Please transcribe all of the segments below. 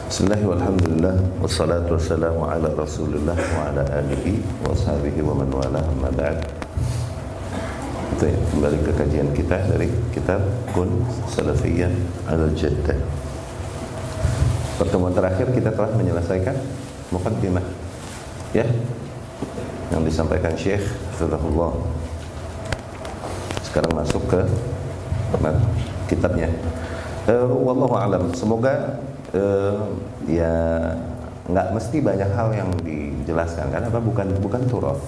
Bismillah walhamdulillah wassalatu wassalamu ala rasulillah wa ala alihi wa sahbihi wa man wala amma ba'd. Kita kembali ke kajian kita dari kitab Kun Salafiyah Al-Jaddah. Pertemuan terakhir kita telah menyelesaikan muqaddimah ya yang disampaikan Syekh Hafizahullah. Sekarang masuk ke kitabnya. Wallahu a'lam. Semoga ya nggak mesti banyak hal yang dijelaskan karena apa, bukan turaf,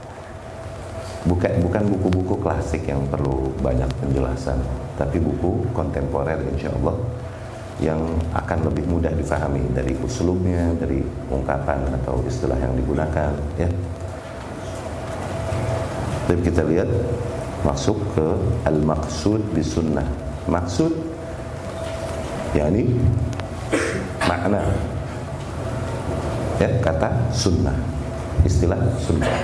bukan buku-buku klasik yang perlu banyak penjelasan, tapi buku kontemporer insyaallah yang akan lebih mudah difahami dari uslubnya, dari ungkapan atau istilah yang digunakan ya. Jadi kita lihat masuk ke al-maqsud bisunnah. Maksud yakni makna ya kata sunnah, istilah sunnah.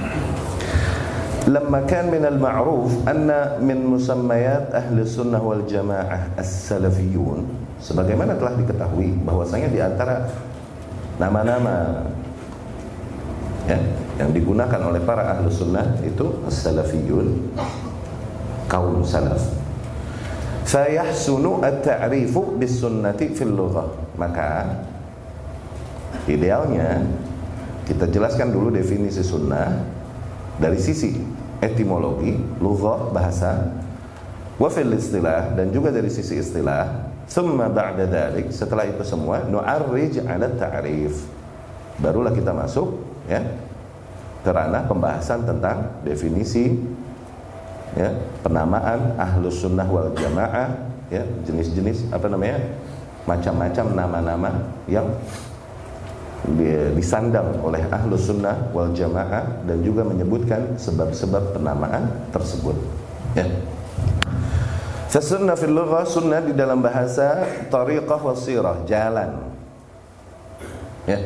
Lamma kan min al-ma'ruf anna min musammayat ahli sunnah wal jamaah as-salafiyun, sebagaimana telah diketahui bahwasanya di antara nama-nama ya yang digunakan oleh para ahli sunnah itu as-salafiyun, kaum salaf. Fayahsunu at-ta'rifu bis-sunnati fil lughah. Maka idealnya kita jelaskan dulu definisi sunnah dari sisi etimologi, lughah, bahasa, wa fil istilah, dan juga dari sisi istilah. Thumma ba'da dzalik, setelah itu semua nu'arrij 'ala ta'rif. Barulah kita masuk ya ke ranah pembahasan tentang definisi ya, penamaan ahlus sunnah wal jamaah ya, jenis-jenis apa namanya, macam-macam nama-nama yang disandang oleh ahlus sunnah wal jamaah dan juga menyebutkan sebab-sebab penamaan tersebut ya. Sunnah fil lughah, sunnah di dalam bahasa, tariqah wasirah, jalan ya.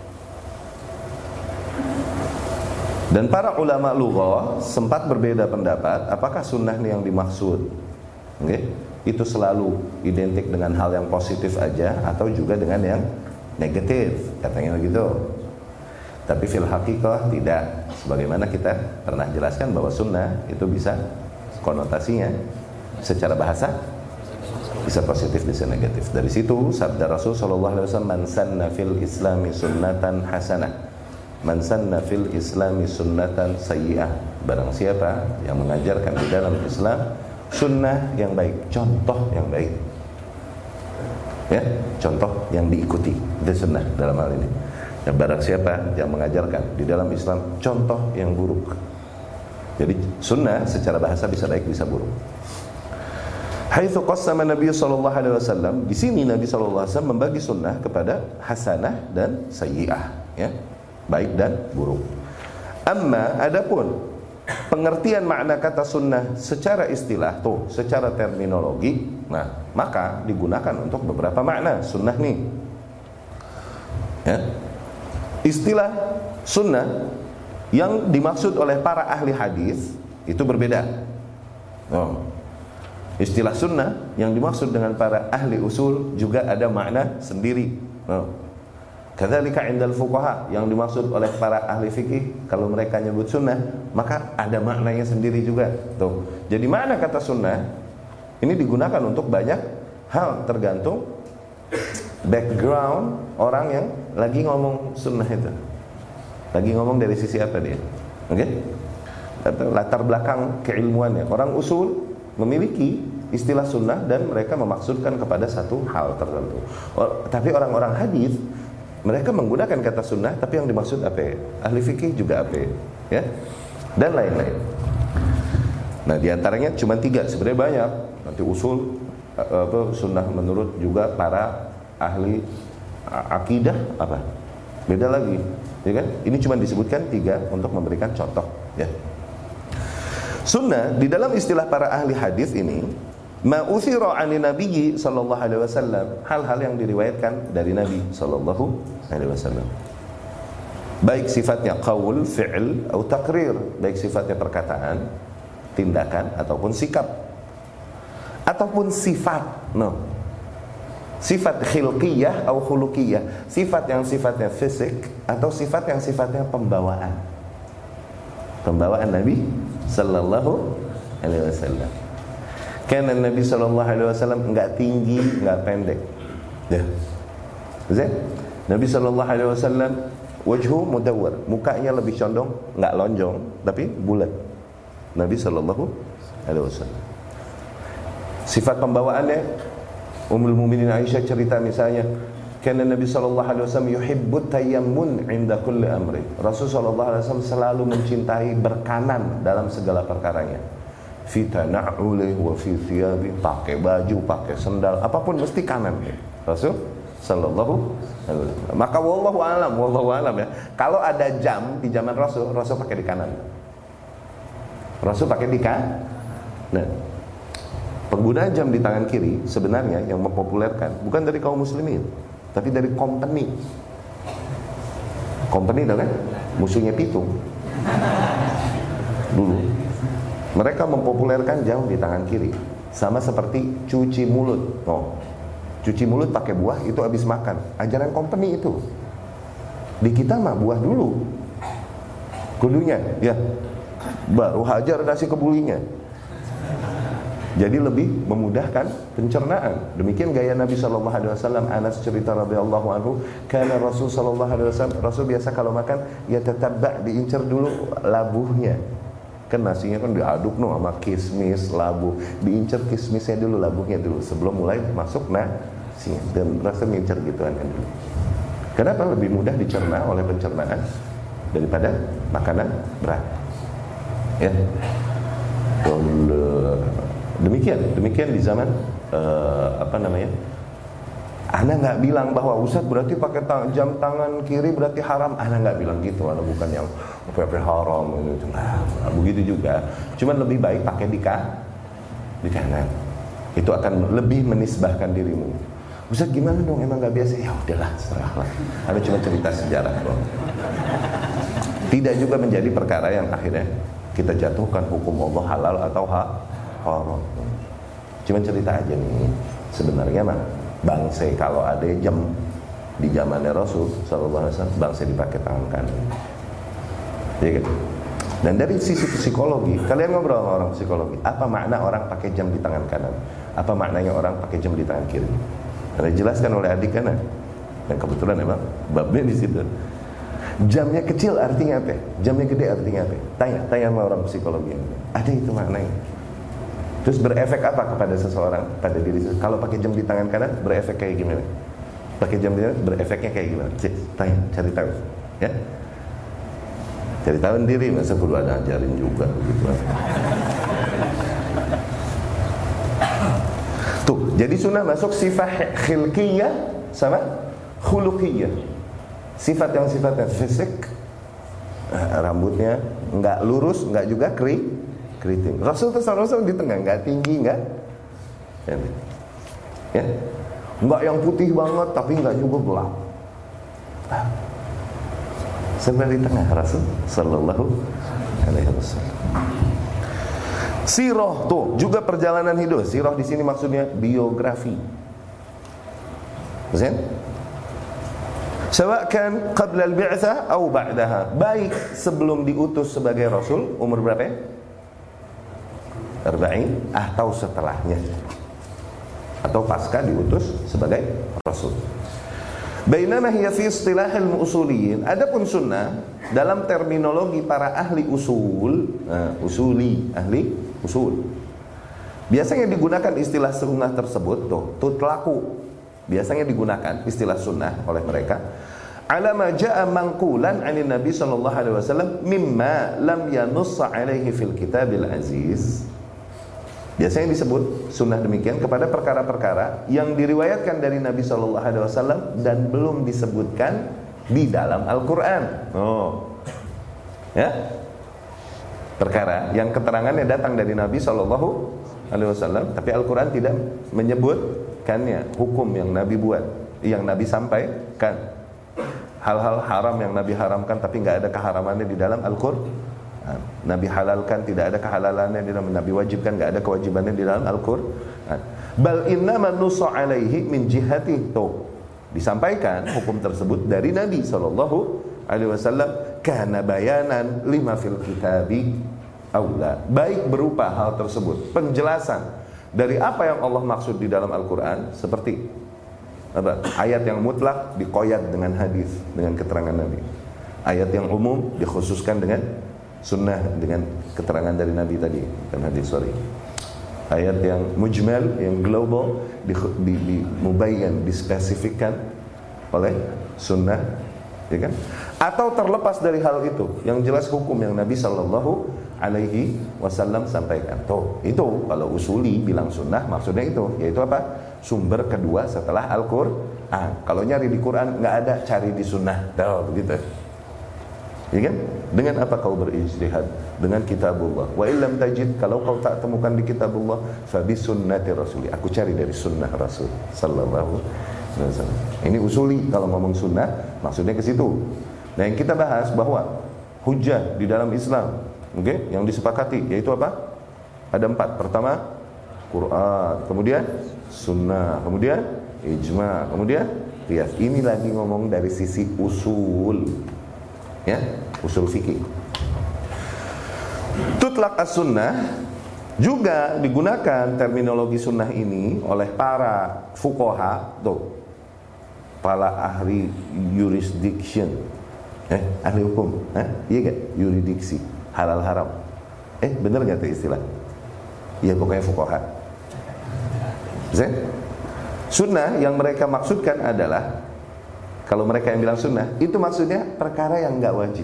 Dan para ulama lughah sempat berbeda pendapat apakah sunnah ini yang dimaksud itu selalu identik dengan hal yang positif aja atau juga dengan yang negatif, katanya begitu. Tapi fil haqiqah tidak, sebagaimana kita pernah jelaskan bahwa sunnah itu bisa konotasinya secara bahasa bisa positif bisa negatif. Dari situ sabda Rasul sallallahu alaihi wasallam, man sanna fil islami sunnatan hasanah, man sanna fil islami sunnatan sayyi'ah. Barang siapa yang mengajarkan di dalam Islam sunnah yang baik, contoh yang baik ya, contoh yang diikuti, itu sunnah dalam hal ini. Dan barang siapa yang mengajarkan di dalam Islam contoh yang buruk. Jadi sunnah secara bahasa bisa baik bisa buruk. Haitsu qassama Nabi sallallahu alaihi wasallam, di sini Nabi sallallahu alaihi wasallam membagi sunnah kepada hasanah dan sayyi'ah ya, baik dan buruk. Amma adapun pengertian makna kata sunnah secara istilah tuh, secara terminologi, nah maka digunakan untuk beberapa makna sunnah nih ya. Istilah sunnah yang dimaksud oleh para ahli hadis itu berbeda. Istilah sunnah yang dimaksud dengan para ahli usul juga ada makna sendiri. Kadzalika indal fuqaha, yang dimaksud oleh para ahli fikih kalau mereka nyebut sunnah maka ada maknanya sendiri juga. Tuh. Jadi makna kata sunnah ini digunakan untuk banyak hal tergantung background orang yang lagi ngomong sunnah itu. Lagi ngomong dari sisi apa dia? Oke? Latar belakang keilmuannya. Orang usul memiliki istilah sunnah dan mereka memaksudkan kepada satu hal tertentu. Tapi orang-orang hadis mereka menggunakan kata sunnah tapi yang dimaksud apa? Ahli fikih juga apa? Ya? Dan lain-lain. Nah, diantaranya cuma 3, sebenarnya banyak. Nanti usul sunnah menurut juga para ahli akidah apa? Beda lagi, ya kan? Ini cuma disebutkan 3 untuk memberikan contoh, ya. Sunnah di dalam istilah para ahli hadis ini ma uthira 'ani nabiyyi sallallahu alaihi wasallam, hal-hal yang diriwayatkan dari Nabi sallallahu alaihi wasallam. Baik sifatnya qaul, fi'l atau taqrir, baik sifatnya perkataan, tindakan ataupun sikap ataupun sifat. Sifat khilqiyah atau khuluqiyah, sifat yang sifatnya fisik atau sifat yang sifatnya pembawaan. Pembawaan Nabi sallallahu alaihi wasallam. Karena Nabi sallallahu alaihi wasallam enggak tinggi, enggak pendek. Ya. Nabi sallallahu alaihi wasallam wajhu mudawwar, mukanya lebih condong, enggak lonjong, tapi bulat. Nabi sallallahu alaihi wasallam. Sifat pembawaannya, Ummul Mukminin Aisyah cerita misalnya, karena Nabi sallallahu alaihi wasallam yuhibbut tayammun 'inda kulli amri. Rasul sallallahu alaihi wasallam selalu mencintai berkanan dalam segala perkaranya. Fi tana'uli wa fi thiyabi, pakai baju, pakai sendal, apapun mesti kanan. Rasul sallallahu alaihi wasallam. Maka wallahu alam ya. Kalau ada jam di zaman Rasul, Rasul pakai di kanan. Rasul pakai di kanan. Nah, penggunaan jam di tangan kiri sebenarnya yang mempopulerkan bukan dari kaum muslimin, tapi dari company. Company itu kan musuhnya pitung. Dulu mereka mempopulerkan jam di tangan kiri, sama seperti cuci mulut. Cuci mulut pakai buah itu habis makan. Ajaran company itu. Di kita mah buah dulu. Kudunya, ya. Baru hajar nasi kebulinya. Jadi lebih memudahkan pencernaan. Demikian gaya Nabi sallallahu alaihi wasallam. Anas cerita radhiyallahu anhu, karena Rasul sallallahu alaihi wasallam, Rasul biasa kalau makan ya tatabba, diincar dulu labuhnya. Kan nasinya kan diaduk sama kismis, labuh. Diincar kismisnya dulu, labuhnya dulu sebelum mulai masuk nasi. Dan Rasul ngincar gituan kan dulu. Kenapa? Lebih mudah dicerna oleh pencernaan daripada makanan berat. Ya. Demikian di zaman Ana nggak bilang bahwa Ustaz berarti pakai jam tangan kiri berarti haram. Ana nggak bilang gitu. Ana bukan yang haram gitu. Nah, begitu juga. Cuman lebih baik pakai di kanan. Itu akan lebih menisbahkan dirimu. Ustaz gimana dong? Emang nggak biasa? Ya udahlah, serahlah. Ana cuma cerita sejarah doang. Tidak juga menjadi perkara yang akhirnya kita jatuhkan hukum Allah halal atau haram. Cuma cerita aja nih. Sebenarnya mah bangsa kalau ada jam di zamannya Rasul sallallahu alaihi wasallam, bangsa dipakai tangan kanan. Ya gitu. Dan dari sisi psikologi, kalian ngobrol sama orang psikologi, apa makna orang pakai jam di tangan kanan? Apa maknanya orang pakai jam di tangan kiri? Karena dijelaskan oleh adik kanan. Dan kebetulan emang babnya di situ. Jamnya kecil artinya apa? Jamnya gede artinya apa? Tanya sama orang psikologi. Ada itu maknanya. Terus berefek apa kepada seseorang, pada diri seseorang? Kalau pakai jam di tangan kanan berefek kayak gimana? Pakai jam di kanan berefeknya kayak gimana? Tanya, cari tahu, ya. Cari tahu sendiri, masa perlu ada ajarin juga gitu. Tuh, jadi sunnah masuk sifat khilqiyah sama khuluqiyah. Sifat yang sifatnya fisik, rambutnya enggak lurus, enggak juga keriting. Rasul di tengah, enggak tinggi, enggak ya, enggak yang putih banget tapi enggak juga gelap. Sebenarnya di tengah Rasul sallallahu alaihi wasallam. Sirah tuh juga perjalanan hidup. Sirah di sini maksudnya biografi. Zin? Sawakan qabla al-bi'tsah atau ba'daha. Baik sebelum diutus sebagai rasul, umur berapa ya? 40 atau setelahnya. Atau pasca diutus sebagai rasul. Bainama hiya fi istilahil usuliyin. Adapun sunnah dalam terminologi para ahli usul, ahli usul. Biasanya digunakan istilah sunnah tersebut tutlaku. Biasanya digunakan istilah sunnah oleh mereka ala ma jaa manqulan 'anil Nabi sallallahu alaihi wasallam mimma lam yanussa 'alaihi fil kitabil aziz. Biasanya disebut sunnah demikian kepada perkara-perkara yang diriwayatkan dari Nabi sallallahu alaihi wasallam dan belum disebutkan di dalam Al-Qur'an. Ya. Perkara yang keterangannya datang dari Nabi sallallahu alaihi wasallam tapi Al-Qur'an tidak menyebutkannya, hukum yang Nabi buat, yang Nabi sampaikan, hal-hal haram yang Nabi haramkan tapi enggak ada keharamannya di dalam Al-Qur'an. Nabi halalkan tidak ada kehalalannya di dalam, Nabi wajibkan enggak ada kewajibannya di dalam Al-Qur'an. Bal innama nusa alaihi min jihati. Tuh, disampaikan hukum tersebut dari Nabi sallallahu alaihi wasallam, kana bayanan lima fil kitabi aula. Baik berupa hal tersebut, penjelasan dari apa yang Allah maksud di dalam Al-Qur'an, seperti apa? Ayat yang mutlak dikoyat dengan hadis, dengan keterangan Nabi. Ayat yang umum dikhususkan dengan sunnah, dengan keterangan dari Nabi tadi dan hadis, Ayat yang mujmal, yang global, dimubayyan, dispesifikkan oleh sunnah, ya kan? Atau terlepas dari hal itu, yang jelas hukum yang Nabi sallallahu alaihi wasallam sampaikan. Tuh, itu kalau usuli bilang sunnah maksudnya itu, yaitu apa? Sumber kedua setelah Al-Qur'an. Kalau nyari di Quran nggak ada, cari di sunnah. Tuh, begitu. Ya kan? Dengan apa kau berijtihad? Dengan kitabullah. Wa illam tajid, kalau kau tak temukan di kitabullah, fa bi sunnati rasuli. Aku cari dari sunnah Rasul sallallahu alaihi wasallam. Ini usuli kalau ngomong sunnah, maksudnya ke situ. Nah, yang kita bahas bahwa hujjah di dalam Islam, oke, yang disepakati yaitu apa? Ada 4. Pertama, Quran, kemudian sunnah, kemudian ijma, kemudian qiyas. Ini lagi ngomong dari sisi usul, ya, usul fikih. Tutlaq as-sunnah, juga digunakan terminologi sunnah ini oleh para fuqaha, tuh, para ahli jurisdiction, ahli hukum, iya gak? Yuridiksi, halal haram. Bener gak tuh istilah? Ya pokoknya fuqaha. Sunnah yang mereka maksudkan adalah, kalau mereka yang bilang sunnah, itu maksudnya perkara yang enggak wajib,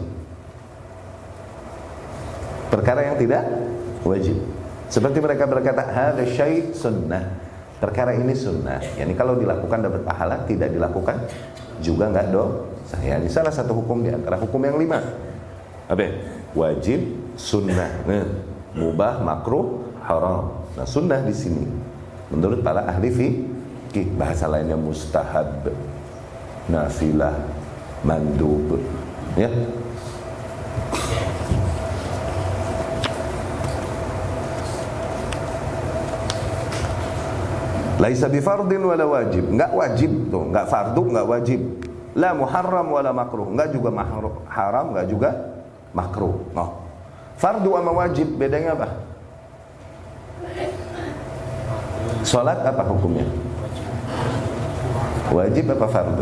perkara yang tidak wajib. Seperti mereka berkata, hadza syai' sunnah, perkara ini sunnah, yakni kalau dilakukan dapat pahala, tidak dilakukan juga enggak dosa. Ya, ini salah satu hukum di antara hukum yang 5. Apa? Wajib, sunnah, mubah, makruh, haram. Nah, sunnah di sini menurut para ahli fikih, bahasa lainnya mustahab, nafilah, mandub, ya. Laisa bifardin wala wajib, enggak wajib tuh, enggak fardu, enggak wajib. La muharram wala makruh, enggak juga haram, enggak juga makruh. Oh. Fardu sama wajib bedanya apa? Salat apa hukumnya? Wajib apa fardu?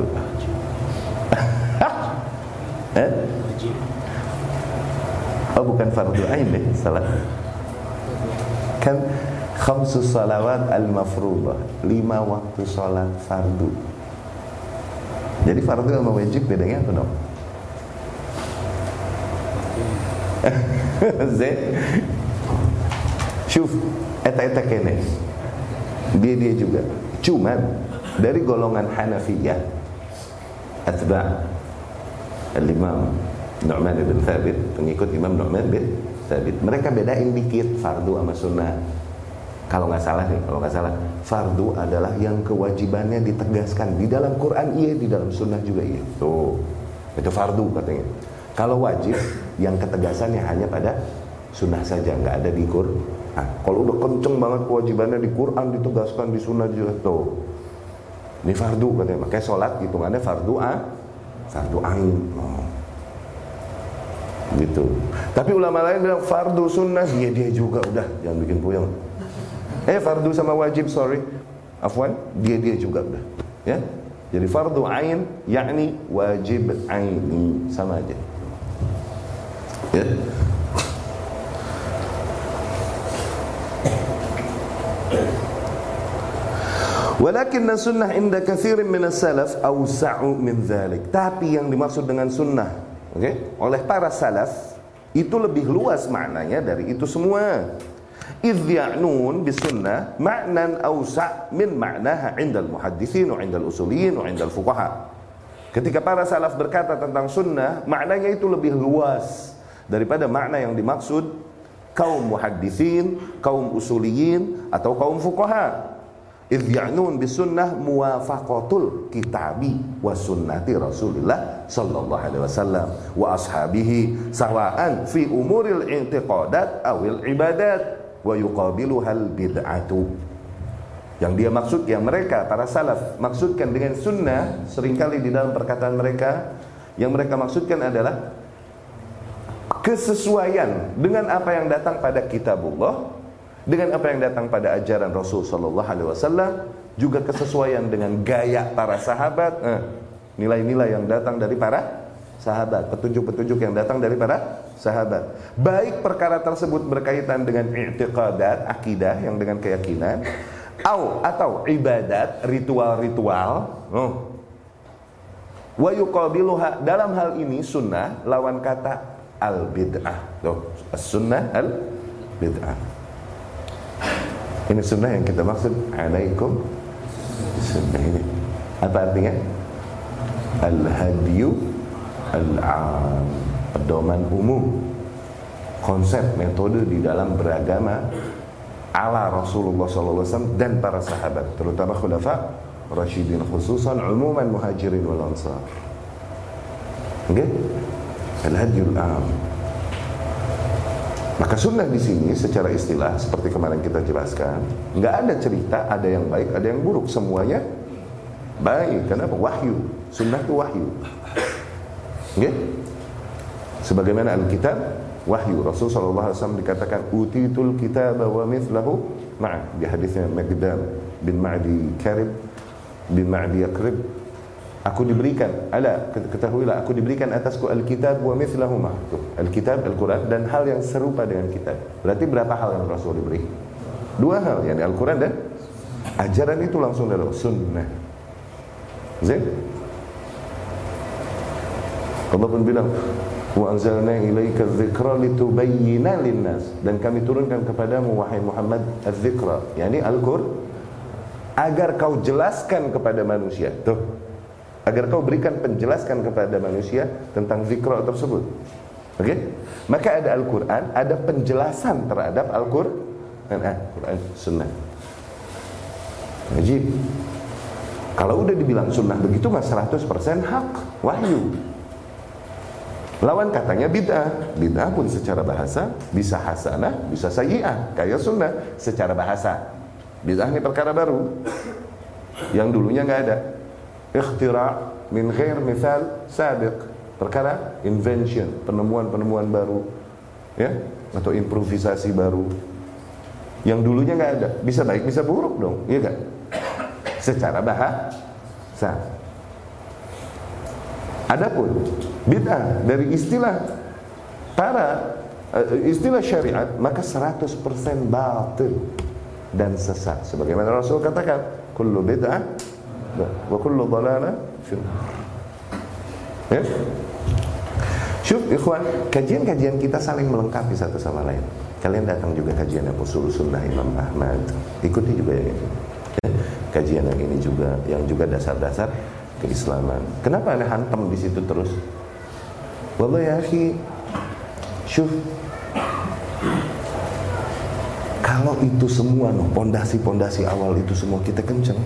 Oh, bukan fardu ain deh, salat. Kan khamsus salawat al-mafruḍah, 5 waktu salat fardu. Jadi fardu sama wajib bedanya apa dong? Syuf, eta kene. Dia juga. Cuman dari golongan Hanafiyah, atba' al-Imam Nu'man bin Thabit, pengikut Imam Nu'man bin Thabit, mereka bedain dikit fardu sama sunnah. Kalau nggak salah, fardu adalah yang kewajibannya ditegaskan di dalam Quran, iya, di dalam sunnah juga iya. Tuh, itu fardu katanya. Kalau wajib, yang ketegasannya hanya pada sunnah saja, nggak ada di Quran. Nah, kalau udah kenceng banget kewajibannya di Quran, ditegaskan di sunnah juga, tuh, ini fardu katanya. Makanya sholat hitungannya fardu ain. Oh. Gitu. Tapi ulama lain bilang fardu sunnah, dia juga, udah, jangan bikin puyeng. Fardu sama wajib, afwan, dia juga udah, ya. Jadi fardu ain yakni wajib aini, sama aja, ya. Walakin sunnah inda katsirin min as-salaf awsa'u min dzalik. Tapi yang dimaksud dengan sunnah, oleh para salaf itu lebih luas maknanya dari itu semua. Idh ya'nun bisunnah ma'nan awsa' min ma'naha 'inda al-muhadditsin wa 'inda al-usuliyin wa 'inda al-fuqaha. Ketika para salaf berkata tentang sunnah, maknanya itu lebih luas daripada makna yang dimaksud kaum muhadditsin, kaum usuliyin atau kaum fuqaha. Idh ya'nun bisunnah muwafaqatul kitabi wa sunnati Rasulillah sallallahu alaihi wasallam wa ashabihi sawa'an fi umuril i'tiqadat awil ibadat wa yuqabiluhal bid'atu. Yang dia maksud, yang mereka para salaf maksudkan dengan sunnah, seringkali di dalam perkataan mereka, yang mereka maksudkan adalah kesesuaian dengan apa yang datang pada kitabullah, dengan apa yang datang pada ajaran Rasul sallallahu alaihi wasallam, juga kesesuaian dengan gaya para sahabat, nilai-nilai yang datang dari para sahabat, petunjuk-petunjuk yang datang dari para sahabat. Baik perkara tersebut berkaitan dengan i'tiqadat, akidah yang dengan keyakinan, atau ibadat, ritual-ritual. Wa yuqabiluha, dalam hal ini sunnah lawan kata al-bid'ah. As-sunnah al-bid'ah. Ini sunnah yang kita maksud, alaikum sunnah ini. Apa artinya? Al-hadyu al-'am, pedoman umum, konsep, metode di dalam beragama ala Rasulullah SAW dan para sahabat, terutama khulafa rasyidin, khususan umuman muhajirin wal ansar. Oke? Al-hadyul 'am. Maka sunnah di sini secara istilah seperti kemarin kita jelaskan, nggak ada cerita ada yang baik, ada yang buruk, semuanya baik. Kenapa? Wahyu. Sunnah itu wahyu. Oke? Sebagaimana Alkitab wahyu. Rasul sallallahu alaihi wasallam dikatakan utitul kitaba wa mithlahu ma'a, di hadisnya Miqdam bin Ma'di Karib bin Ma'di Yakrib, aku diberikan, ketahuilah aku diberikan atasku Alkitab wa mithlahu ma'a. Alkitab, Al-Quran, dan hal yang serupa dengan kitab. Berarti berapa hal yang Rasul diberi? 2 hal, yakni Al-Quran dan ajaran itu langsung dalam sunnah. Zain? Allah pun bilang wa anzalna ilaika dzikra litubayyana linnas, dan kami turunkan kepadamu wahai Muhammad az-dzikra, yakni Al-Qur'an, agar kau jelaskan kepada manusia. Tuh, agar kau berikan penjelasan kepada manusia tentang zikra tersebut. Oke? Maka ada Al-Qur'an, ada penjelasan terhadap Al-Qur'an, Quran, sunnah. Wajib. Kalau udah dibilang sunnah begitu mah 100% hak, wahyu. Lawan katanya bid'ah. Bid'ah pun secara bahasa bisa hasanah, bisa sayyi'ah, kayak sunnah secara bahasa. Bid'ah ini perkara baru yang dulunya nggak ada. Ikhtira' min ghair mithal sabiq, perkara invention, penemuan-penemuan baru, ya, atau improvisasi baru yang dulunya nggak ada. Bisa baik bisa buruk dong, iya kan? Secara bahasa. Adapun bid'ah dari istilah istilah syariat, maka 100% batil dan sesat. Sebagaimana Rasul katakan, kullu bid'ah wa kullu dhalalah fi ya. Syuf ikhwan, kajian-kajian kita saling melengkapi satu sama lain. Kalian datang juga kajian yang usul sunnah Imam Ahmad, ikuti juga yang ini ya. Kajian yang ini juga, yang juga dasar-dasar keislaman. Kenapa Anda hantam di situ terus? Wallahi ya akhi, syuf, kalau itu semua pondasi-pondasi awal itu semua kita kenceng,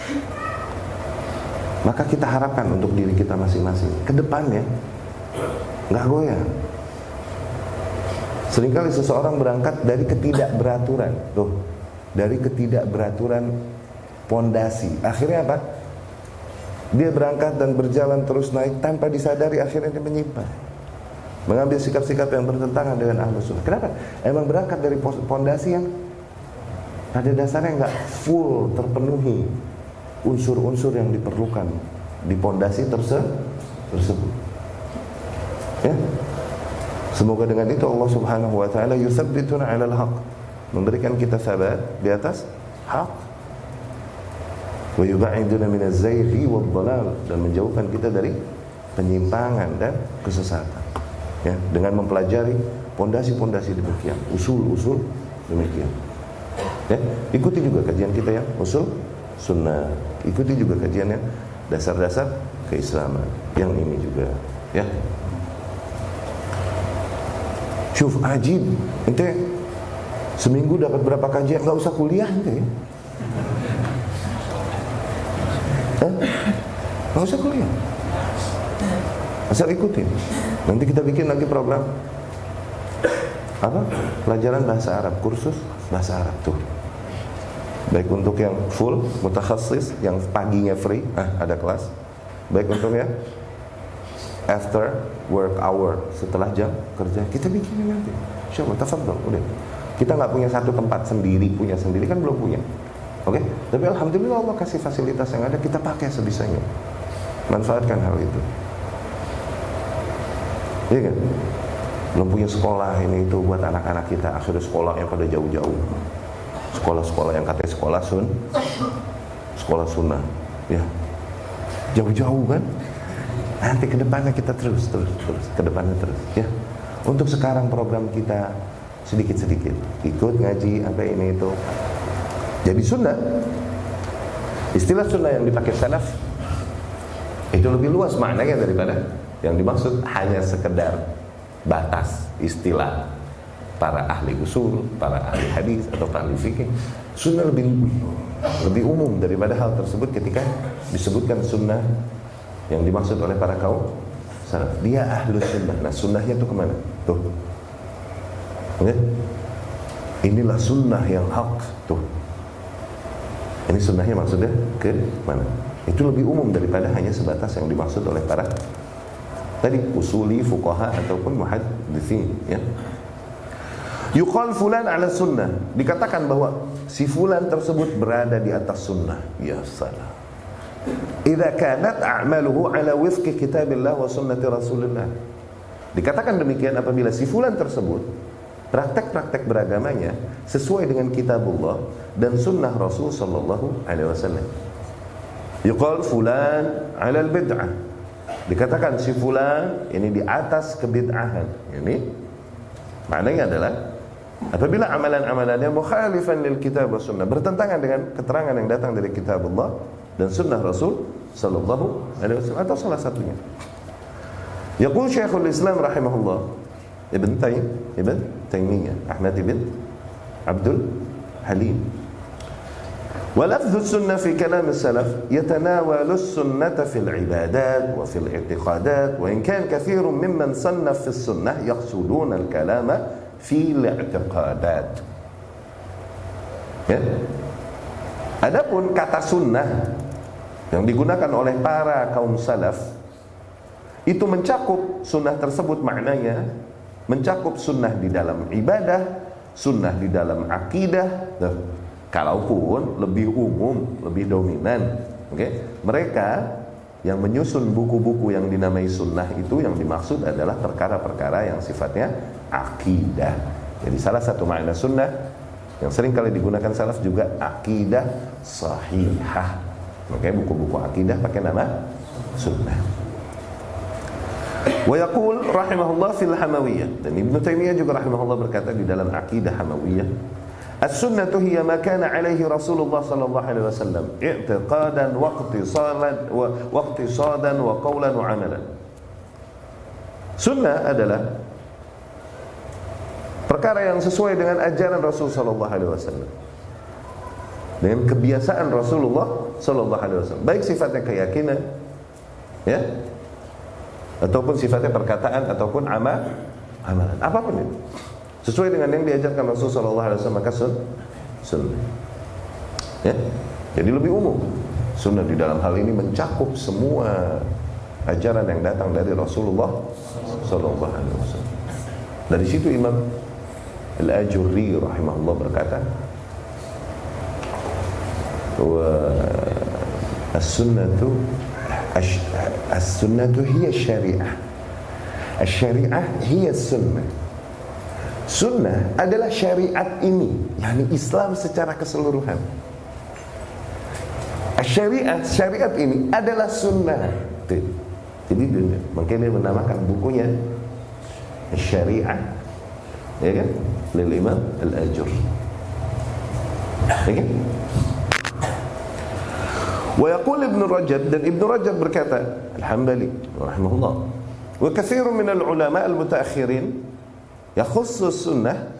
maka kita harapkan untuk diri kita masing-masing ke depannya nggak goyah. Seringkali seseorang berangkat dari ketidakberaturan, dari ketidakberaturan pondasi. Akhirnya apa? Dia berangkat dan berjalan terus naik tanpa disadari, akhirnya dia menyimpang, mengambil sikap-sikap yang bertentangan dengan Ahlus Sunnah. Kenapa? Emang berangkat dari pondasi yang pada dasarnya nggak full terpenuhi unsur-unsur yang diperlukan di pondasi tersebut. Ya. Semoga dengan itu Allah Subhanahu wa taala yusabbituna 'alal haq, memberikan kita sabat di atas hak, wa yub'iduna minaz zayghi wad dhalal, dan menjauhkan kita dari penyimpangan dan kesesatan. Ya, dengan mempelajari pondasi-pondasi demikian, usul-usul demikian. Ya, ikuti juga kajian kita yang usul sunnah, ikuti juga kajian yang dasar-dasar keislaman yang ini juga, ya. Syuf, ajib, ente seminggu dapat berapa kajian, nggak usah kuliah ente ya. Nggak usah kuliah, asal ikutin. Nanti kita bikin lagi program apa? Pelajaran bahasa Arab, kursus bahasa Arab tuh. Baik untuk yang full mutakhasis, yang paginya free, ada kelas. Baik untuk yang after work hour, setelah jam kerja, kita bikinnya nanti. Insyaallah, tafadhol, udah. Kita nggak punya satu tempat sendiri, punya sendiri kan belum punya. Oke? Tapi alhamdulillah Allah kasih fasilitas yang ada, kita pakai sebisanya. Manfaatkan hal itu. Iya kan? Belum punya sekolah ini itu buat anak-anak kita, akhirnya sekolah yang pada jauh-jauh. Sekolah-sekolah yang katanya sekolah sunnah, ya jauh-jauh kan. Nanti kedepannya kita terus kedepannya terus, ya. Untuk sekarang program kita sedikit-sedikit ikut ngaji apa ini itu. Jadi sunnah, istilah sunnah yang dipakai salaf itu lebih luas maknanya daripada yang dimaksud hanya sekedar batas istilah para ahli usul, para ahli hadis atau para ahli fikih. Sunnah lebih umum daripada hal tersebut ketika disebutkan sunnah yang dimaksud oleh para kaum salaf. Dia ahlu sunnah. Nah sunnahnya itu kemana? Tuh, ya? Inilah sunnah yang hak. Tuh, ini sunnahnya maksudnya ke mana? Itu lebih umum daripada hanya sebatas yang dimaksud oleh para tadi usuli, fuqaha ataupun muhadditsin, ya. Yuqal fulan ala sunnah, dikatakan bahwa si fulan tersebut berada di atas sunnah. Ya salam. Idza kanat a'maluhu ala wifqi kitabillah wa sunnati rasulillah. Dikatakan demikian apabila si fulan tersebut praktek-praktek beragamanya sesuai dengan kitabullah dan sunnah Rasul sallallahu alaihi wasallam. Yuqal fulan ala al-bid'ah. Dikatakan si fulan ini di atas kebid'ahan. Ini maknanya adalah apabila amalan-amalannya mukhalifan lil kitab wa sunnah, bertentangan dengan keterangan yang datang dari kitabullah dan sunnah Rasul sallallahu alaihi wasallam, atau salah satunya. Yaqul Syekhul Islam rahimahullah Ibn Taimiyah Ahmad ibn Abdul Halim, wa lafdhu sunnah fi kalam as-salaf yatanawalu as-sunnata fil ibadat wa fil i'tiqadat, wa in kan kathirun mimman sannaf fi as-sunnah yaqsuduna al-kalama fi al-i'tiqadat. Ya. Adapun kata sunnah yang digunakan oleh para kaum salaf itu mencakup sunnah tersebut, maknanya mencakup sunnah di dalam ibadah, sunnah di dalam akidah. Kalaupun lebih umum, lebih dominan, mereka yang menyusun buku-buku yang dinamai sunnah itu yang dimaksud adalah perkara-perkara yang sifatnya akidah. Jadi salah satu makna sunnah yang sering kali digunakan salaf juga akidah sahihah. Makanya buku-buku akidah pakai nama sunnah. Wa yaqul rahimahullah fil hamawiyah, dan Ibnu Taimiyah juga rahimahullah berkata di dalam akidah hamawiyah, as-sunnatu hiya ma kana alaihi Rasulullah sallallahu alaihi wasallam i'tiqadan wa iqtisadan wa qawlan wa amalan. Sunnah adalah perkara yang sesuai dengan ajaran Rasul sallallahu alaihi wasallam, dengan kebiasaan Rasulullah sallallahu alaihi wasallam, baik sifatnya keyakinan, ya, ataupun sifatnya perkataan ataupun amalan, apapun itu sesuai dengan yang diajarkan Rasul sallallahu alaihi wasallam, maka sunnah. Ya, jadi lebih umum. Sunnah di dalam hal ini mencakup semua ajaran yang datang dari Rasulullah sallallahu alaihi wasallam. Dari situ Imam Al-Ajurri rahimahullah berkata, wa as-sunnatu hiya syariah. Asy-syariah hiya sunnah. Sunnah adalah syariat ini, yakni Islam secara keseluruhan. Syariat ini adalah sunnah. Jadi makanya dia menamakan bukunya Syariah, ya kan, lil Imam Al-Ajurri. Ya kan? Wa yaqul Ibn Rajab, dan Ibn Rajab berkata, Al-Hambali rahimahullah, wa katsirun min al-ulama al-mutaakhirin yakhussu sunnah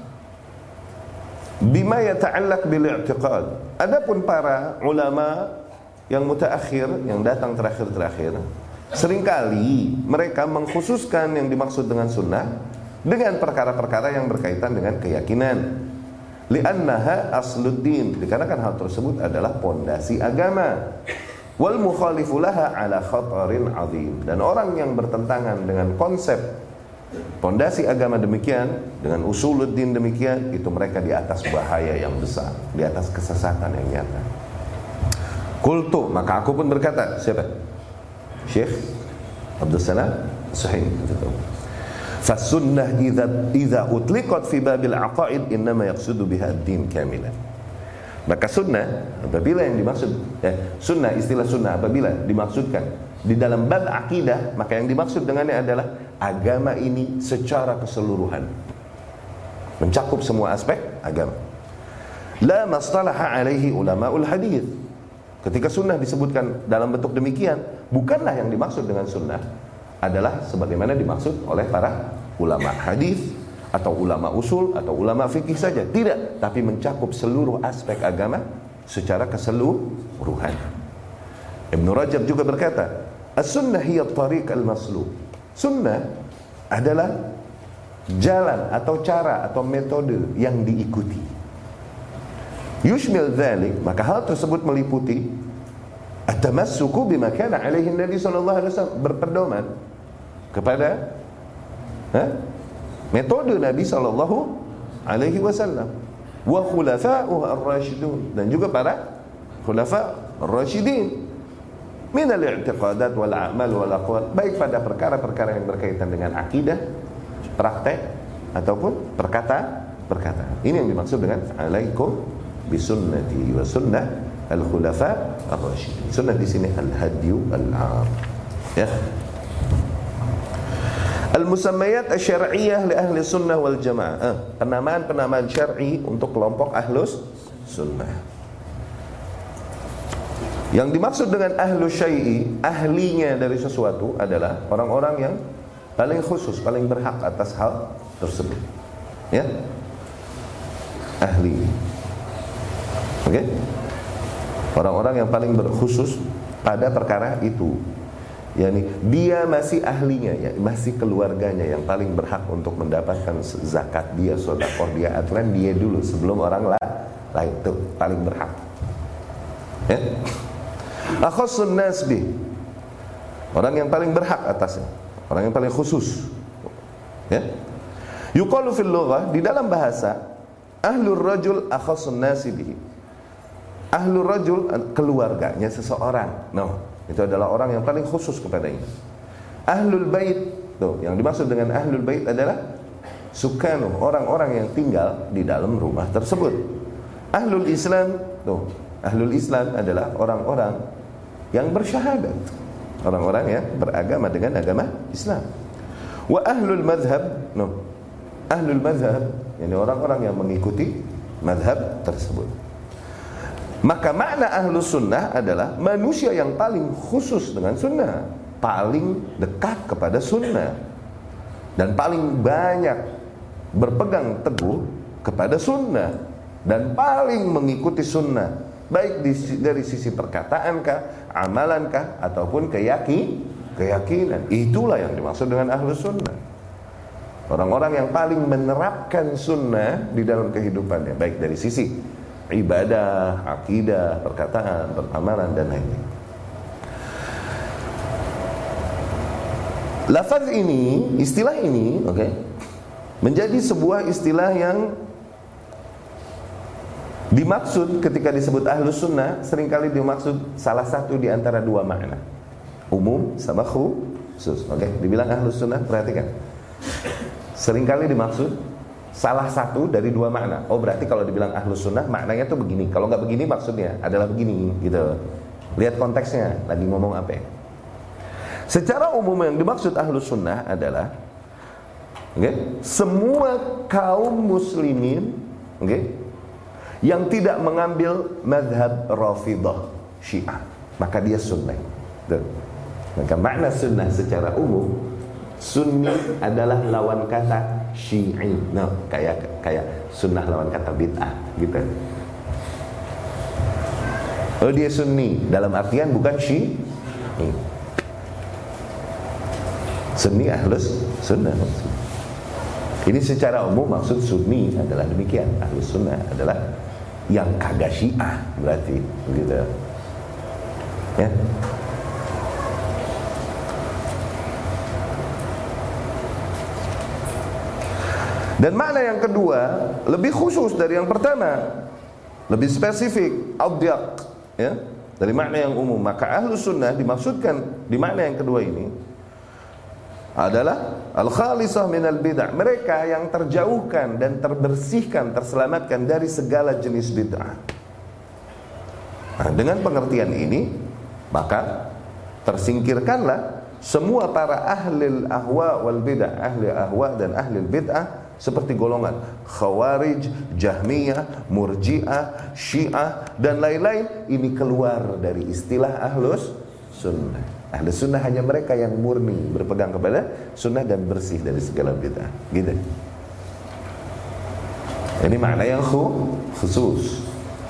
bima yata'allaq bil i'tiqad. Adapun para ulama yang mutaakhir, yang datang terakhir-terakhir, seringkali mereka mengkhususkan yang dimaksud dengan sunnah dengan perkara-perkara yang berkaitan dengan keyakinan. li'annaha asluddin, dikarenakan hal tersebut adalah pondasi agama. Wal mukhalifu laha ala khatarin azim, dan orang yang bertentangan dengan konsep pondasi agama demikian, dengan usuluddin demikian, itu mereka di atas bahaya yang besar, di atas kesesatan yang nyata. Qultu, maka aku pun berkata, siapa? Syekh Abdul Salam Sahih. Fasunnah idza utliqat fi babil aqaid innama yaqsudu biha ad-din kamilan. Maka sunnah apabila yang dimaksud sunnah, istilah sunnah apabila dimaksudkan di dalam bab akidah, maka yang dimaksud dengannya adalah agama ini secara keseluruhan, mencakup semua aspek agama. La mastalaha alaihi ulama'ul hadith. Ketika sunnah disebutkan dalam bentuk demikian, bukanlah yang dimaksud dengan sunnah adalah sebagaimana dimaksud oleh para ulama hadis atau ulama usul atau ulama fikih saja. Tidak, tapi mencakup seluruh aspek agama secara keseluruhan. Ibn Rajab juga berkata, as-sunnah hiya at-tariq al-masluk. Sunnah adalah jalan atau cara atau metode yang diikuti. Yushmil dzalik, maka hal tersebut meliputi at-tamassuku bima kana alaihi Nabi sallallahu alaihi wasallam, berpedoman kepada metode Nabi sallallahu alaihi wasallam, wa khulafa'uhu ar-rasyidun, dan juga para khulafa ar-rasyidin, min al-i'tiqadat wal a'mal wal aqwal, baik pada perkara-perkara yang berkaitan dengan akidah, praktek ataupun perkataan. Ini yang dimaksud dengan alaikum bisunnati wa sunnah al-khulafa ar-rasyidin. Sunnah di sini al-hadyu al-'am. Ya. Al-musammayat asy-syar'iyyah li ahli sunnah wal jamaah. Penamaan-penamaan syar'i untuk kelompok ahlus sunnah. Yang dimaksud dengan ahlu syai'i, ahlinya dari sesuatu adalah orang-orang yang paling khusus, paling berhak atas hal tersebut. Ya. Ahli. Oke? Orang-orang yang paling berkhusus pada perkara itu. Yani dia masih ahlinya, ya, masih keluarganya yang paling berhak untuk mendapatkan zakat dia, sedekah dia, aturan dia dulu sebelum orang lain, itu paling berhak. Ya. Akhassun nas bih, orang yang paling berhak atasnya, orang yang paling khusus. Ya. Yuqalu fil lughah, di dalam bahasa, ahlur rajul akhassun nas bih. Ahlur rajul keluarganya seseorang. No. Itu adalah orang yang paling khusus kepadanya. Ahlul bait, tuh, yang dimaksud dengan ahlul bait adalah sukanu, orang-orang yang tinggal di dalam rumah tersebut. Ahlul Islam, tuh, ahlul Islam adalah orang-orang yang bersyahadat, orang-orang yang beragama dengan agama Islam. Wa ahlul madhab, no, ahlul madhab, yani orang-orang yang mengikuti madhab tersebut. Maka makna ahlus sunnah adalah manusia yang paling khusus dengan sunnah, paling dekat kepada sunnah, dan paling banyak berpegang teguh kepada sunnah, dan paling mengikuti sunnah, baik dari sisi perkataankah, amalankah, ataupun keyakinan. Itulah yang dimaksud dengan ahlus sunnah. Orang-orang yang paling menerapkan sunnah di dalam kehidupannya, baik dari sisi ibadah, akidah, perkataan, peramalan, dan lain-lain. Lafaz ini, istilah ini, menjadi sebuah istilah yang dimaksud ketika disebut ahlus sunnah, seringkali dimaksud salah satu di antara dua makna, umum sama khusus. Dibilang ahlus sunnah, perhatikan, seringkali dimaksud salah satu dari dua makna. Oh, berarti kalau dibilang ahlus sunnah maknanya tuh begini, kalau nggak begini maksudnya adalah begini, gitu. Lihat konteksnya, lagi ngomong apa ya. Secara umum yang dimaksud ahlus sunnah adalah semua kaum muslimin yang tidak mengambil madhab Rafidhah Syiah, maka dia sunnah. Maka makna sunnah secara umum, sunni adalah lawan kata Syi'i. No, kayak sunnah lawan kata bid'ah, gitu. Oh, dia sunni dalam artian bukan Syi'i. Sunni ahlus sunnah. Ini secara umum maksud Sunni adalah demikian. Ahlus Sunnah adalah yang kagak Syiah, berarti begitu. Ya. Dan makna yang kedua lebih khusus dari yang pertama, lebih spesifik, adyak, ya, dari makna yang umum. Maka Ahlus Sunnah dimaksudkan di makna yang kedua ini adalah al-khalisah minal bid'ah, mereka yang terjauhkan dan terbersihkan, terselamatkan dari segala jenis bid'ah. Nah, dengan pengertian ini maka tersingkirkanlah semua para ahli ahwa wal bid'ah, ahli ahwa dan ahli bid'ah, seperti golongan Khawarij, Jahmiyah, Murji'ah, Syiah dan lain-lain. Ini keluar dari istilah Ahlus Sunnah. Ahlus Sunnah hanya mereka yang murni berpegang kepada sunnah dan bersih dari segala bid'ah. Gitu. Ini makna yang khusus.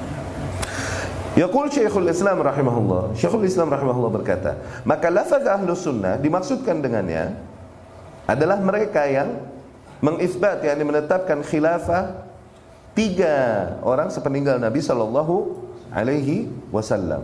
Yaqul Syekhul Islam rahimahullah, Syekhul Islam rahimahullah berkata, maka lafaz Ahlus Sunnah dimaksudkan dengannya adalah mereka yang mengisbat, yakni menetapkan khilafah 3 orang sepeninggal Nabi sallallahu alaihi wasallam.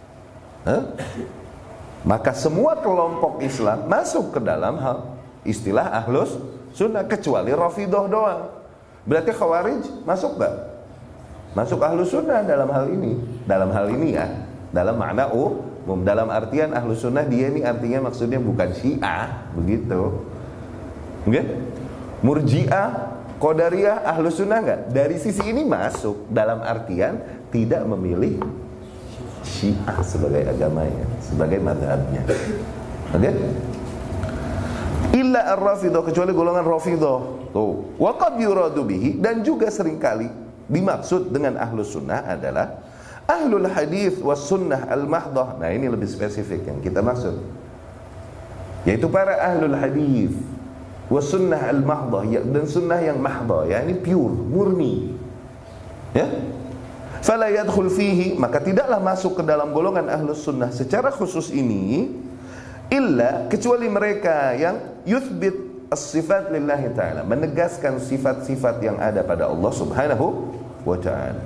Maka semua kelompok Islam masuk ke dalam hal istilah Ahlus Sunnah kecuali Rafidhah doang. Berarti Khawarij masuk enggak? Masuk Ahlus Sunnah dalam hal ini. Dalam hal ini ya, dalam makna umum, dalam artian Ahlus Sunnah dia ini artinya maksudnya bukan Syiah, begitu. Oke? Murji'ah, Qadariyah, Ahlus Sunnah enggak? Dari sisi ini masuk dalam artian tidak memilih Syiah sebagai agamanya, sebagai mazhabnya. Oke? Illa ar-Rafidhah, kecuali golongan Rafidhah. Tuh, wa qad yuradu bihi, dan juga seringkali dimaksud dengan Ahlus Sunnah adalah Ahlul Hadis was Sunnah al-Mahdhah. Nah, ini lebih spesifik yang kita maksud, yaitu para Ahlul Hadis was Sunnah al-Mahdhah, dan sunnah yang mahdah, yakni pure, murni. Ya? Fala yadkhul fihi, maka tidaklah masuk ke dalam golongan Ahlus Sunnah secara khusus ini illa, kecuali mereka yang yuthbit as-sifat lillahi ta'ala, menegaskan sifat-sifat yang ada pada Allah subhanahu wa ta'ala.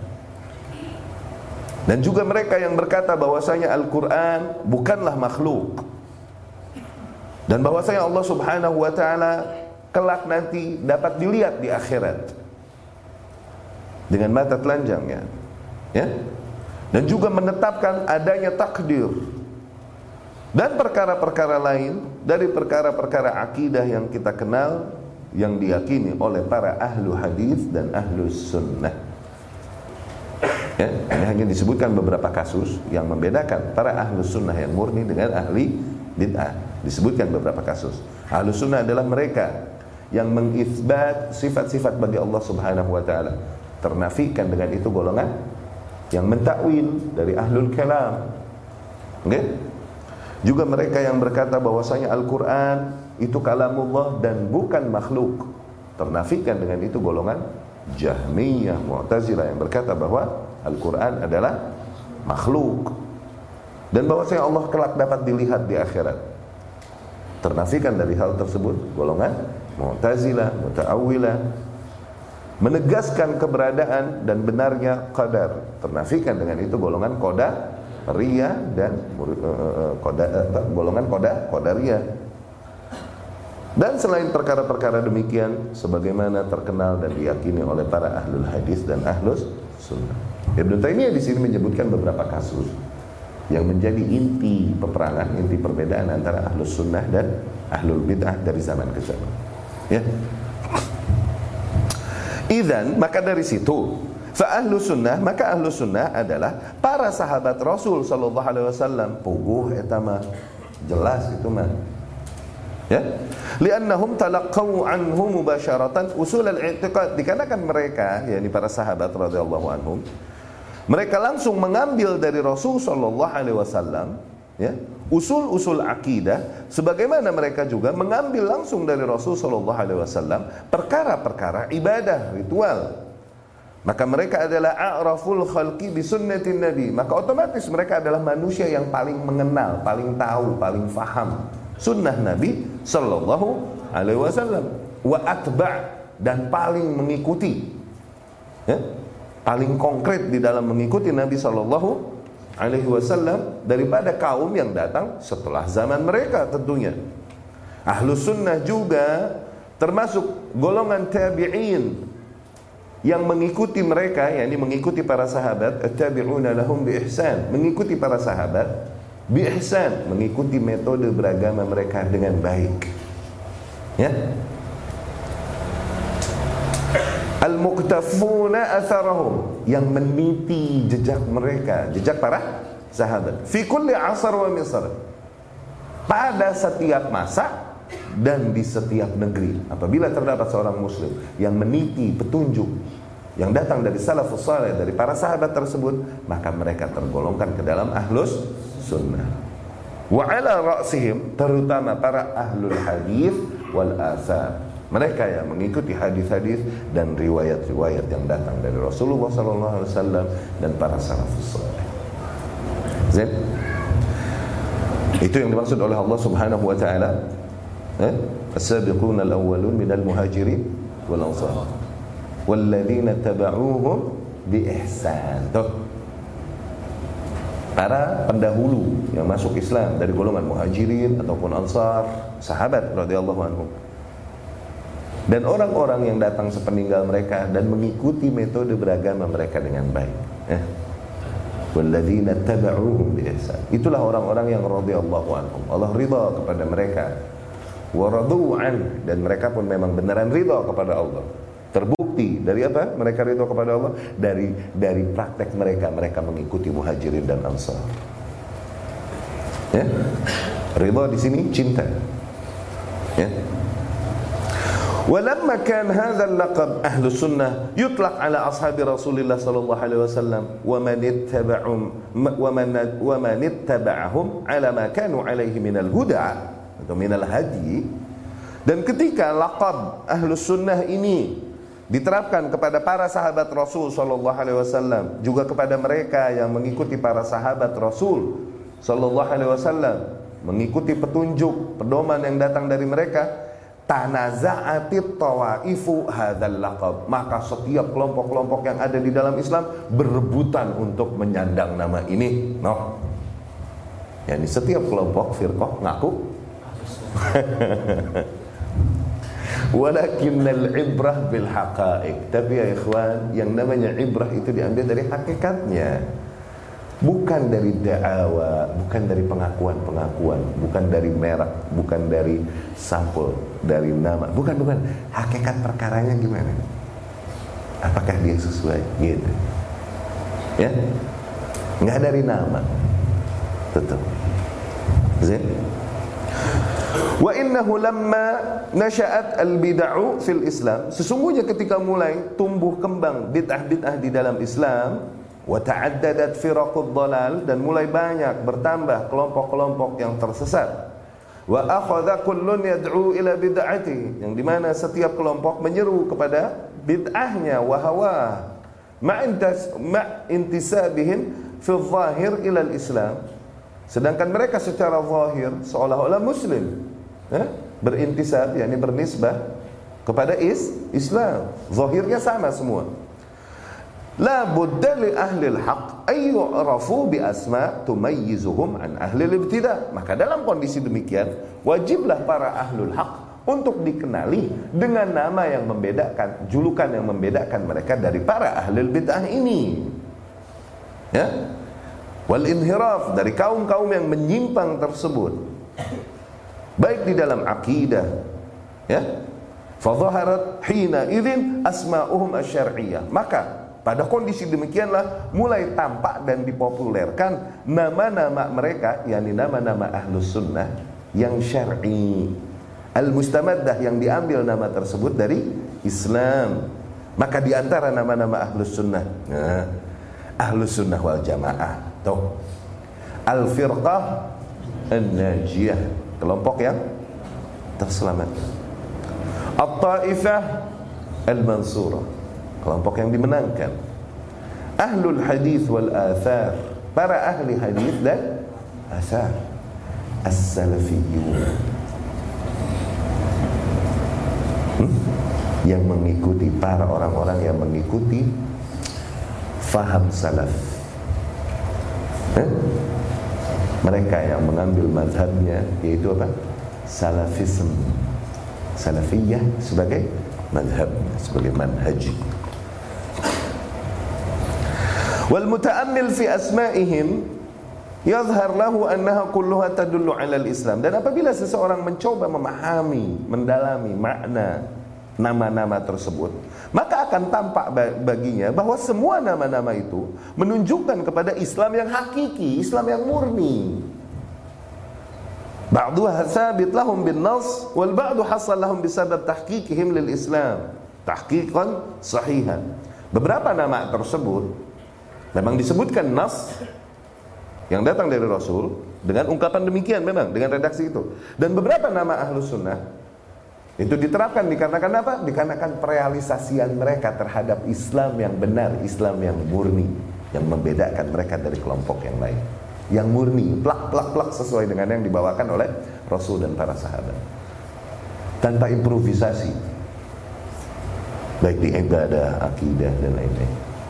Dan juga mereka yang berkata bahwasanya Al-Quran bukanlah makhluk, dan bahwasanya Allah subhanahu wa ta'ala kelak nanti dapat dilihat di akhirat dengan mata telanjangnya, ya? Dan juga menetapkan adanya takdir dan perkara-perkara lain dari perkara-perkara akidah yang kita kenal, yang diyakini oleh para ahlu hadis dan ahlu sunnah. Ya, ini hanya disebutkan beberapa kasus yang membedakan para ahlu sunnah yang murni dengan ahli bid'ah. Disebutkan beberapa kasus. Ahlu sunnah adalah mereka yang mengisbat sifat-sifat bagi Allah subhanahu wa ta'ala, ternafikan dengan itu golongan yang mentakwil dari ahlul kalam. Okay? Juga mereka yang berkata bahwasanya Al-Quran itu kalamullah dan bukan makhluk, ternafikan dengan itu golongan Jahmiyah, Mu'tazilah yang berkata bahwa Al-Quran adalah makhluk dan bahwasanya Allah kelak dapat dilihat di akhirat. Ternafikan dari hal tersebut golongan Mu'tazilah, Muta'awwilah. Menegaskan keberadaan dan benarnya qadar, ternafikan dengan itu golongan Qadariyah dan golongan Qadariyah. Dan selain perkara-perkara demikian sebagaimana terkenal dan diyakini oleh para ahlul hadis dan ahlus sunnah. Ibnu Taimiyah di sini menyebutkan beberapa kasus yang menjadi inti peperangan, inti perbedaan antara ahlus sunnah dan ahlul bid'ah dari zaman ke zaman. Ya. Idzan, maka dari situ, fa ahlus sunnah, maka ahlus sunnah adalah para sahabat Rasul sallallahu alaihi wasallam. Puguh eta mah, jelas itu mah. Ya. Li'annahum talaqqau anhu mubasyaratan usul al-i'tiqad, dikarenakan mereka, yakni para sahabat radhiyallahu anhum, mereka langsung mengambil dari Rasul sallallahu alaihi wasallam, ya, usul-usul akidah, sebagaimana mereka juga mengambil langsung dari Rasul sallallahu alaihi wasallam perkara-perkara ibadah, ritual. Maka mereka adalah a'raful khalqi bi sunnatin nabi, maka otomatis mereka adalah manusia yang paling mengenal, paling tahu, paling faham sunnah Nabi sallallahu alaihi wasallam. Wa atba', dan paling mengikuti, ya, paling konkret di dalam mengikuti Nabi Shallallahu Alaihi Wasallam daripada kaum yang datang setelah zaman mereka tentunya. Ahlus sunnah juga termasuk golongan tabi'in yang mengikuti mereka, yakni mengikuti para sahabat, at-tabi'una lahum bi ihsan, mengikuti para sahabat bi ihsan, mengikuti metode beragama mereka dengan baik. Ya. Al-muqtafuna atharahum, yang meniti jejak mereka, jejak para sahabat. Fi kulli asar wa misr, pada setiap masa dan di setiap negeri. Apabila terdapat seorang muslim yang meniti petunjuk yang datang dari salafus saleh, dari para sahabat tersebut, maka mereka tergolongkan ke dalam ahlus sunnah. Wa ala ra'sihim, terutama para ahlul hadis wal athar, mereka yang mengikuti hadis-hadis dan riwayat-riwayat yang datang dari Rasulullah SAW dan para salafus saleh. Zain? Itu yang dimaksud oleh Allah Subhanahu wa taala, as-sabiquna al-awwalun minal muhajirin wal ansar walladzina tabauhum bi ihsan. Tuh, para pendahulu yang masuk Islam dari golongan muhajirin ataupun ansar, sahabat radhiyallahu anhum, dan orang-orang yang datang sepeninggal mereka dan mengikuti metode beragama mereka dengan baik. Walladzina tabauhum bi ihsan, itulah orang-orang yang radhiyallahu anhum, Allah ridha kepada mereka. Wa radu an, dan mereka pun memang beneran ridha kepada Allah. Terbukti dari apa? Mereka ridha kepada Allah dari praktek mereka mengikuti muhajirin dan ansar. Ya. Ridha di sini cinta. Ya. Walamma kan hadzal laqab ahlus sunnah yutlaq ala ashabi Rasulillah sallallahu alaihi wasallam wa man ittaba'ahum ala ma kanu alaihi minal huda atau minal hadi. Dan ketika laqab ahlus sunnah ini diterapkan kepada para sahabat Rasul sallallahu alaihi wasallam, juga kepada mereka yang mengikuti para sahabat Rasul sallallahu alaihi wasallam, mengikuti petunjuk, pedoman yang datang dari mereka, tanaza'atit tawaifu hadzal laqab, maka setiap kelompok-kelompok yang ada di dalam Islam berebutan untuk menyandang nama ini. Yani setiap kelompok firqah ngaku walakinnal ibrah bil haqa'iq, tapi ya ikhwan, yang namanya ibrah itu diambil dari hakikatnya, bukan dari da'awa, bukan dari pengakuan-pengakuan, bukan dari merek, bukan dari sampul, dari nama, bukan. Hakikat perkaranya gimana? Apakah dia sesuai? Gitu. Ya? Nggak dari nama. Betul. Zin? Wa innahu lamma nasha'at al-bid'u fil Islam, sesungguhnya ketika mulai tumbuh kembang bid'ah-bid'ah di dalam Islam, wa ta'addadat firaqud dhalal, dan mulai banyak bertambah kelompok-kelompok yang tersesat, wa akhadha kullun yad'u ila bid'ati, yang dimana setiap kelompok menyeru kepada bid'ahnya, wa hawa ma'intisabihim fi dhahir ila al-Islam, sedangkan mereka secara zahir seolah-olah muslim, berintisab, yakni bernisbah kepada Islam, zahirnya sama semua. La budda li ahli al-haq ay yu'rafu bi asma tumayyizuhum an ahli al-ibtida', maka dalam kondisi demikian wajiblah para ahlul haq untuk dikenali dengan nama yang membedakan, julukan yang membedakan mereka dari para ahlul bid'ah ini. Ya? Wal inhiraf, dari kaum-kaum yang menyimpang tersebut, baik di dalam akidah, ya, fa dhaharat hina idzin asma'uhum asy-syar'iyyah, maka pada kondisi demikianlah mulai tampak dan dipopulerkan nama-nama mereka, yakni nama-nama ahlus sunnah yang syar'i, al-mustamaddah, yang diambil nama tersebut dari Islam. Maka di antara nama-nama ahlus sunnah, ahlus sunnah wal jamaah, tuh, al-firqah an-najiyah, kelompok yang terselamatkan, at-taifah al-mansurah, kelompok yang dimenangkan, ahlul hadis wal athar, para ahli hadis dan athar, as-salafiyyun. yang mengikuti, para orang-orang yang mengikuti faham salaf. Mereka yang mengambil mazhabnya yaitu apa? Salafism, salafiyah sebagai mazhab, sebagai manhaj. Wal muta'ammil fi asma'ihim yadhhar lahu annaha kulluha tadullu 'ala al-Islam. Dan apabila seseorang mencoba memahami, mendalami makna nama-nama tersebut, maka akan tampak baginya bahwa semua nama-nama itu menunjukkan kepada Islam yang hakiki, Islam yang murni. Ba'duha thabit lahum bin nas wal ba'du hasal lahum bisabab tahqiqihim lil Islam tahqiqan sahihan. Beberapa nama tersebut memang disebutkan nas yang datang dari Rasul dengan ungkapan demikian, memang dengan redaksi itu. Dan beberapa nama Ahlus Sunnah itu diterapkan dikarenakan apa? Dikarenakan perealisasian mereka terhadap Islam yang benar, Islam yang murni, yang membedakan mereka dari kelompok yang lain, yang murni, plak sesuai dengan yang dibawakan oleh Rasul dan para sahabat, tanpa improvisasi, baik di ibadah, akidah dan lain-lain.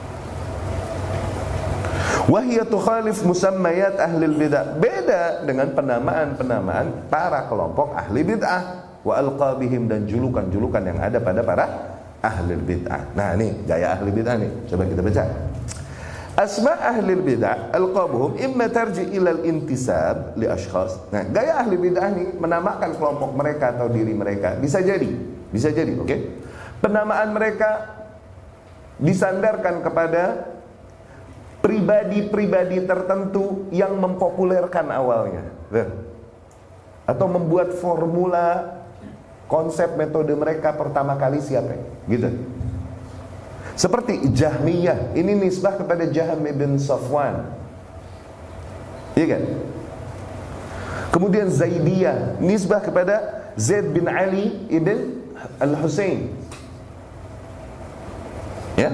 Wahia tukhalif musammayat ahli bid'ah, beda dengan penamaan-penamaan para kelompok ahli bid'ah, wa alqabihim, dan julukan-julukan yang ada pada para ahli bid'ah. Nah, ini gaya ahli bid'ah nih, coba kita baca. Asma ahli bid'ah alqabuhum imma tarji ila al-intisab li ashkhas. Nah, gaya ahli bid'ah nih menamakan kelompok mereka atau diri mereka. Bisa jadi, oke? Penamaan mereka disandarkan kepada pribadi-pribadi tertentu yang mempopulerkan awalnya, atau membuat formula konsep metode mereka pertama kali siapa, gitu. Seperti Jahmiyah, ini nisbah kepada Jahm ibn Safwan, iya kan? Kemudian Zaidiyah, nisbah kepada Zaid bin Ali ibn Al-Husain, ya.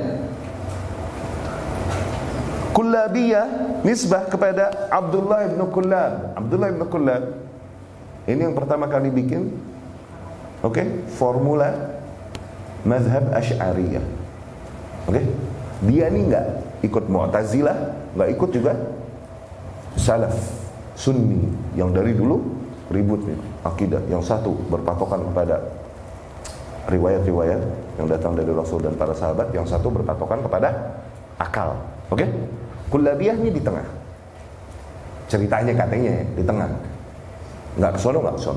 Kullabiyah, nisbah kepada Abdullah ibn Kullab. Abdullah ibn Kullab ini yang pertama kali bikin, oke, formula mazhab Asy'ariyah. Oke, dia ini nggak ikut Mu'tazilah, nggak ikut juga Salaf Sunni yang dari dulu ribut nih akidah. Yang satu berpatokan kepada riwayat-riwayat yang datang dari Rasul dan para sahabat, yang satu berpatokan kepada akal. Oke, Kullabiyah ini di tengah. Ceritanya katanya di tengah, nggak kesono.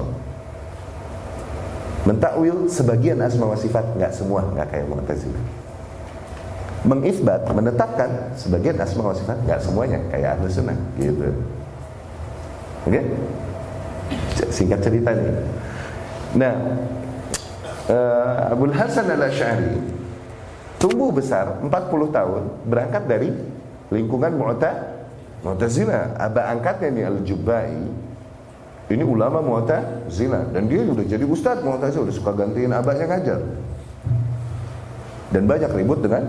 Mentakwil sebagian asma wa sifat, nggak semua, nggak kayak Mu'tazilah. Mengisbat, menetapkan sebagian asma wa sifat, nggak semuanya kayak Ahlus Sunnah, gitu. Oke, singkat cerita nih. Nah, Abul Hasan Al-Asy'ari tumbuh besar 40 tahun berangkat dari lingkungan Mu'tazilah. Aba angkatnya nih Al-Jubba'i ini ulama Mu'tazilah, dan dia udah jadi ustadz Mu'tazilah, udah suka gantiin abahnya ngajar, dan banyak ribut dengan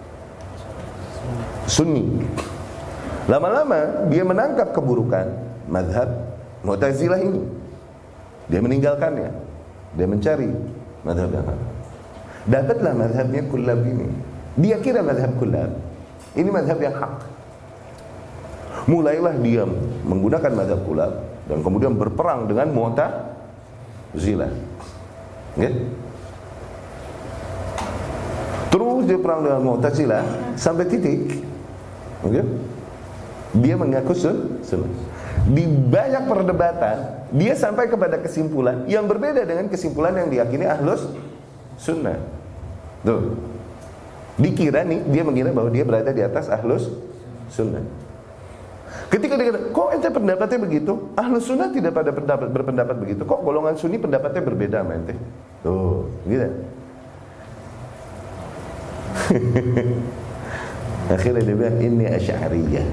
Sunni. Lama-lama dia menangkap keburukan mazhab Mu'tazilah ini, dia meninggalkannya, dia mencari mazhab yang lain. Dapatlah mazhabnya Kullab ini. Dia kira mazhab Kullab ini mazhab yang hak. Mulailah dia menggunakan mazhab Kullab dan kemudian berperang dengan Mu'tazilah. Okay? Terus dia perang dengan Mu'tazilah sampai titik, okay, dia mengaku sunnah. Di banyak perdebatan dia sampai kepada kesimpulan yang berbeda dengan kesimpulan yang diyakini Ahlus Sunnah. Tuh, dikira nih, dia mengira bahwa dia berada di atas Ahlus Sunnah. Ketika dia kata, kok ente pendapatnya begitu? Ahlus Sunnah tidak pada berpendapat begitu. Kok golongan Sunni pendapatnya berbeda sama ente? Tuh, gitu. Akhirnya dia bilang, ini Asy'ariyah.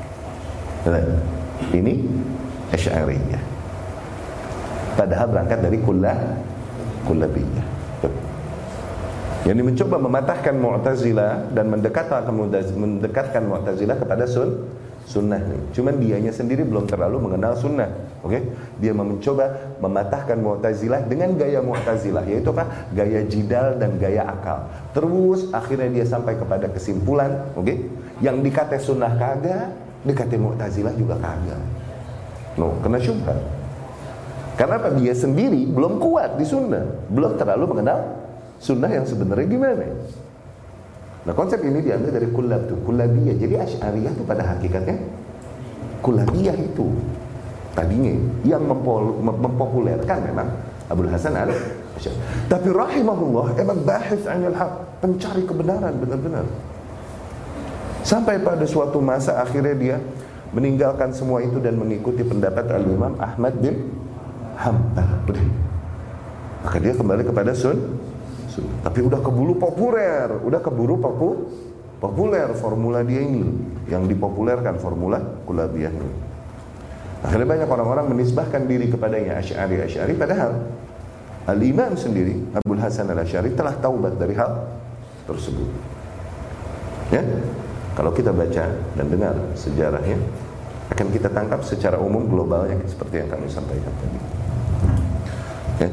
Ini Asy'ariyah. Padahal berangkat dari Kullabiyah. Yang mencoba mematahkan Mu'tazilah dan mendekatkan Mu'tazilah kepada sunnah nih. Cuman dianya sendiri belum terlalu mengenal sunnah. Oke? Dia mencoba mematahkan Mu'tazilah dengan gaya Mu'tazilah, yaitu apa? Gaya jidal dan gaya akal. Terus akhirnya dia sampai kepada kesimpulan, oke? Yang dikata sunnah kagak, dikata Mu'tazilah juga kagak. No, kena syubhat. Karena apa? Dia sendiri belum kuat di sunnah, belum terlalu mengenal sunnah yang sebenarnya gimana. Nah, konsep ini diambil dari kullab tuh, kullabiyah. Jadi Asy'ariyah itu pada hakikatnya kullabiyah itu tadinya yang mempopulerkan memang Abul Hasan al-Asy'ari. Tapi rahimahullah emang bahis 'anil haq, pencari kebenaran benar-benar. Sampai pada suatu masa akhirnya dia meninggalkan semua itu dan mengikuti pendapat Al-Imam Ahmad bin Hanbal. Maka dia kembali kepada sunnah. Tapi udah keburu populer, populer formula dia ini yang dipopulerkan, formula kullabiyah ini. Akhirnya banyak orang-orang menisbahkan diri kepadanya Asy'ari, padahal Al-Imam sendiri Abul Hasan al-Asy'ari telah taubat dari hal tersebut. Ya, kalau kita baca dan dengar sejarahnya, akan kita tangkap secara umum globalnya seperti yang kami sampaikan tadi. Ya.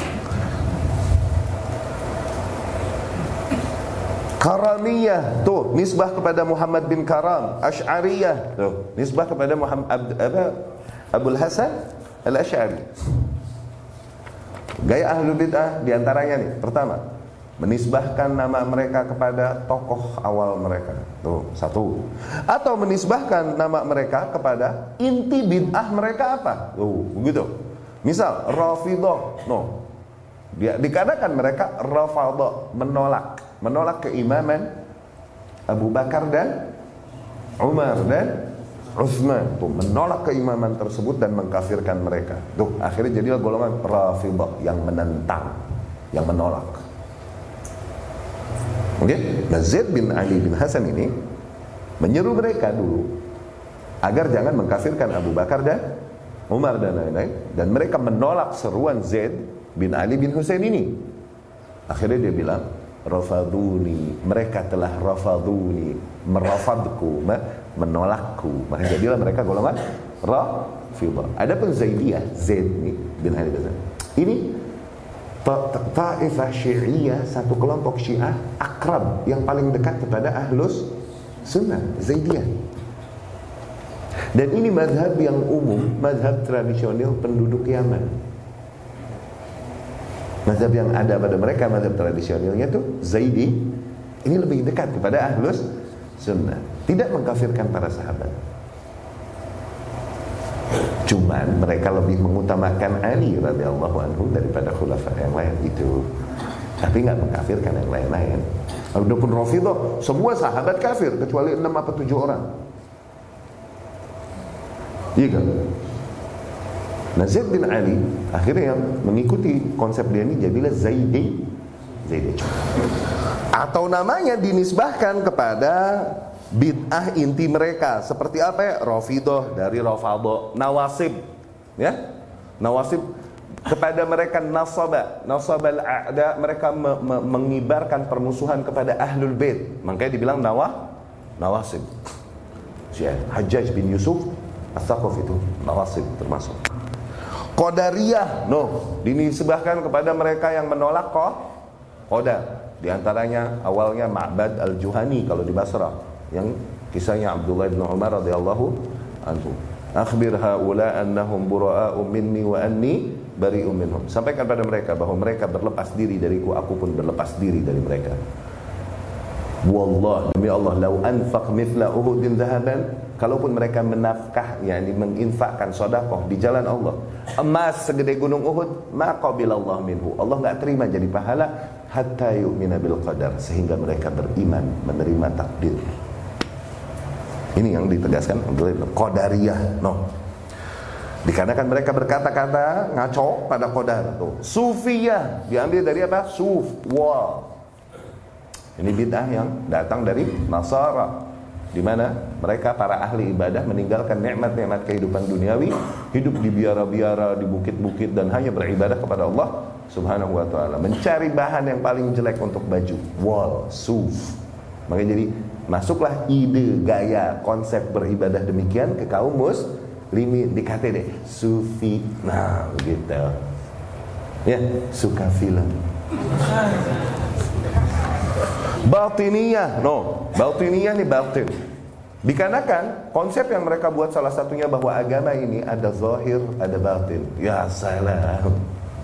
Karamiyah, tuh nisbah kepada Muhammad bin Karam. Asy'ariyah, tuh nisbah kepada Abul Hasan al-Asy'ari. Gaya Ahlul Bid'ah diantaranya nih, pertama, menisbahkan nama mereka kepada tokoh awal mereka. Tuh, satu. Atau menisbahkan nama mereka kepada inti bid'ah mereka apa? Tuh, begitu. Misal Rafidhah, no. Dikatakan mereka Rafadhah, menolak keimaman Abu Bakar dan Umar dan Utsman. Tuh, menolak keimaman tersebut dan mengkafirkan mereka. Tuh, akhirnya jadilah golongan Rafidhah yang menentang, yang menolak. Oke, nah Zaid bin Ali bin Hasan ini menyeru mereka dulu agar jangan mengkafirkan Abu Bakar dan Umar dan lain-lain, dan mereka menolak seruan Zaid bin Ali bin Husain ini. Akhirnya dia bilang, rafaduni, mereka telah rafaduni, merafadku, menolakku. Maka jadilah mereka golongan Rafidhah. Adapun Zaidiyah, Zaid bin Ali bin Hasan ini Ta'ifah Syi'iyah, satu kelompok Syiah akrab yang paling dekat kepada Ahlus Sunnah, Zaidiyah. Dan ini mazhab yang umum, mazhab tradisional penduduk Yaman. Mazhab yang ada pada mereka, mazhab tradisionalnya tuh Zaidi, ini lebih dekat kepada Ahlus Sunnah, tidak mengkafirkan para sahabat. Cuman mereka lebih mengutamakan Ali radhiyallahu anhu daripada khulafa yang lain itu. Tapi nggak mengkafirkan yang lain-lain. Adapun Rafidhah, semua sahabat kafir kecuali 6 atau 7 orang. Iya kan? Nah, Zaid bin Ali akhirnya yang mengikuti konsep dia ini jadilah Zaidi. Atau namanya dinisbahkan kepada bid'ah inti mereka. Seperti apa ya? Rafidhah dari Rafadhah, Nawasib, ya? Nawasib kepada mereka nasabal a'da, mereka mengibarkan permusuhan kepada Ahlul Bait. Makanya dibilang Nawasib. Syekh Hajjaj bin Yusuf As-Saqaf itu Nawasib termasuk. Qadariyah, dinisbahkan kepada mereka yang menolak Qadar. Di antaranya awalnya Ma'bad al-Juhani kalau di Basrah, yang kisahnya Abdullah bin Umar radhiyallahu anhu. Akhbir haula annahum bura'u minni wa anni bari'um minhum. Sampaikan pada mereka bahwa mereka berlepas diri dariku, aku pun berlepas diri dari mereka. Wallah, demi Allah, lau anfaq mithla Uhudin dhahaban, kalaupun mereka menafkah, yakni menginfakkan sedekah di jalan Allah, emas segede gunung Uhud, ma qabilallah minhu, Allah enggak terima jadi pahala, hatta yu'mina bil qadar, sehingga mereka beriman menerima takdir. Ini yang ditegaskan Abdullah bin Qadariyah. Dikarenakan mereka berkata-kata ngaco pada qadar. Sufiyah diambil dari apa? Suf, wall. Ini bid'ah yang datang dari Nasara, di mana mereka para ahli ibadah meninggalkan nikmat-nikmat kehidupan duniawi, hidup di biara-biara, di bukit-bukit, dan hanya beribadah kepada Allah Subhanahu wa taala, mencari bahan yang paling jelek untuk baju, wall, suf. Makanya jadi Masuklah ide, gaya, konsep beribadah demikian ke kaum muslimin, dikata deh sufi. Nah begitu ya, suka film. Batiniyah, batiniyah nih batin. Dikarenakan konsep yang mereka buat salah satunya bahwa agama ini ada zahir, ada batin. Ya salam.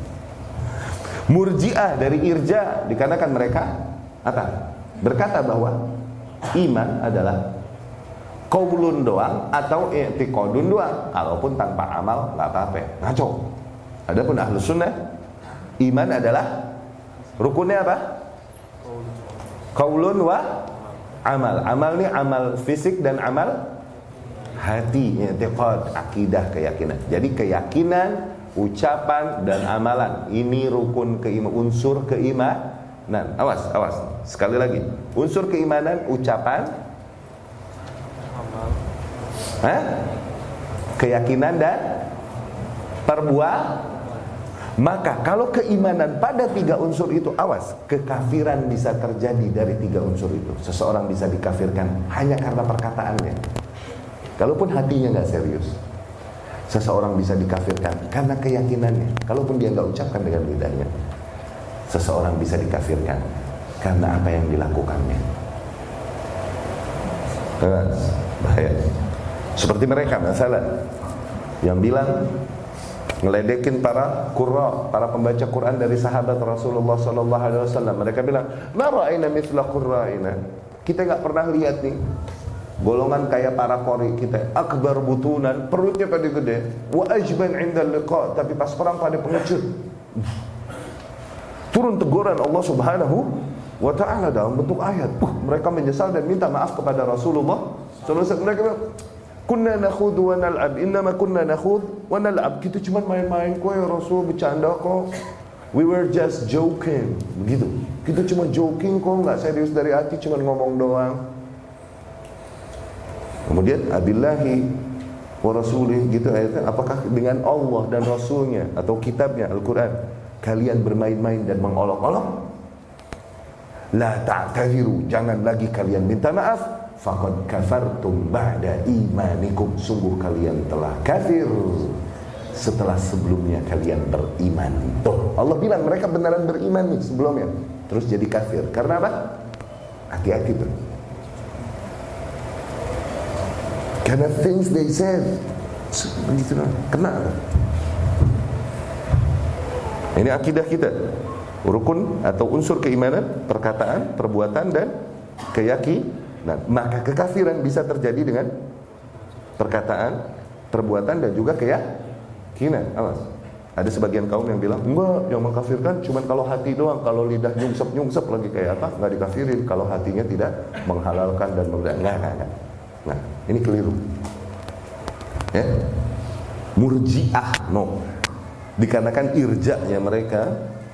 Murji'ah dari irja, dikarenakan mereka apa? Berkata bahwa iman adalah qaulun doang atau i'tiqadun doang. Kalaupun tanpa amal enggak apa-apa. Ngaco. Adapun ahlus sunnah, iman adalah rukunnya apa? Qaulun wa amal. Amal ini amal fisik dan amal hati, i'tiqad, akidah, keyakinan. Jadi keyakinan, ucapan dan amalan ini rukun unsur keimanan. Awas. Sekali lagi. Unsur keimanan, ucapan, keyakinan dan perbuatan. Maka kalau keimanan pada 3 unsur itu, awas, kekafiran bisa terjadi dari 3 unsur itu. Seseorang bisa dikafirkan hanya karena perkataannya, kalaupun hatinya gak serius. Seseorang bisa dikafirkan karena keyakinannya, kalaupun dia gak ucapkan dengan lidahnya. Seseorang bisa dikafirkan karena apa yang dilakukannya. Bahaya. Seperti mereka masalah yang bilang ngeledekin para qurra, para pembaca Quran dari sahabat Rasulullah sallallahu alaihi wasallam. Mereka bilang, "Ma ra'ayna mithla qurra'ina." Kita enggak pernah lihat nih golongan kayak para qori kita, akbar butunan, perutnya pada gede, wa ajban 'inda liqa, tapi pas perang pada pengecut. Turun teguran Allah Subhanahu wa ta'ala dalam bentuk ayat. Mereka menyesal dan minta maaf kepada Rasulullah sallallahu alaihi wasallam. Mereka bilang, kunna nakhudhu wa nal'ab, innama kunna nakhudh wa nal'ab. Kita cuma main-main kok ya Rasul, bercanda kok. We were just joking. Begitu. Kita cuma joking kok, enggak serius dari hati, cuma ngomong doang. Kemudian abillahi wa rasulih, gitu ayatnya. Apakah dengan Allah dan Rasulnya atau kitabnya Al-Quran kalian bermain-main dan mengolok-olok? La ta'tadiru, jangan lagi kalian minta maaf. Faqad kafartum ba'da imanikum, sungguh kalian telah kafir setelah sebelumnya kalian beriman. Tuh, Allah bilang mereka beneran beriman nih sebelumnya, terus jadi kafir. Karena apa? Hati-hati tuh. Karena things they said, begitu lah, kena. Ini akidah kita. Rukun atau unsur keimanan, perkataan, perbuatan dan keyakinan. Nah, maka kekafiran bisa terjadi dengan perkataan, perbuatan dan juga keyakinan. Awas. Ada sebagian kaum yang bilang, enggak, yang mengkafirkan cuma kalau hati doang, kalau lidah nyungsep lagi kayak apa, enggak dikafirin kalau hatinya tidak menghalalkan dan enggak. Nah, ini keliru. Ya. Murji'ah, dikarenakan irja'nya mereka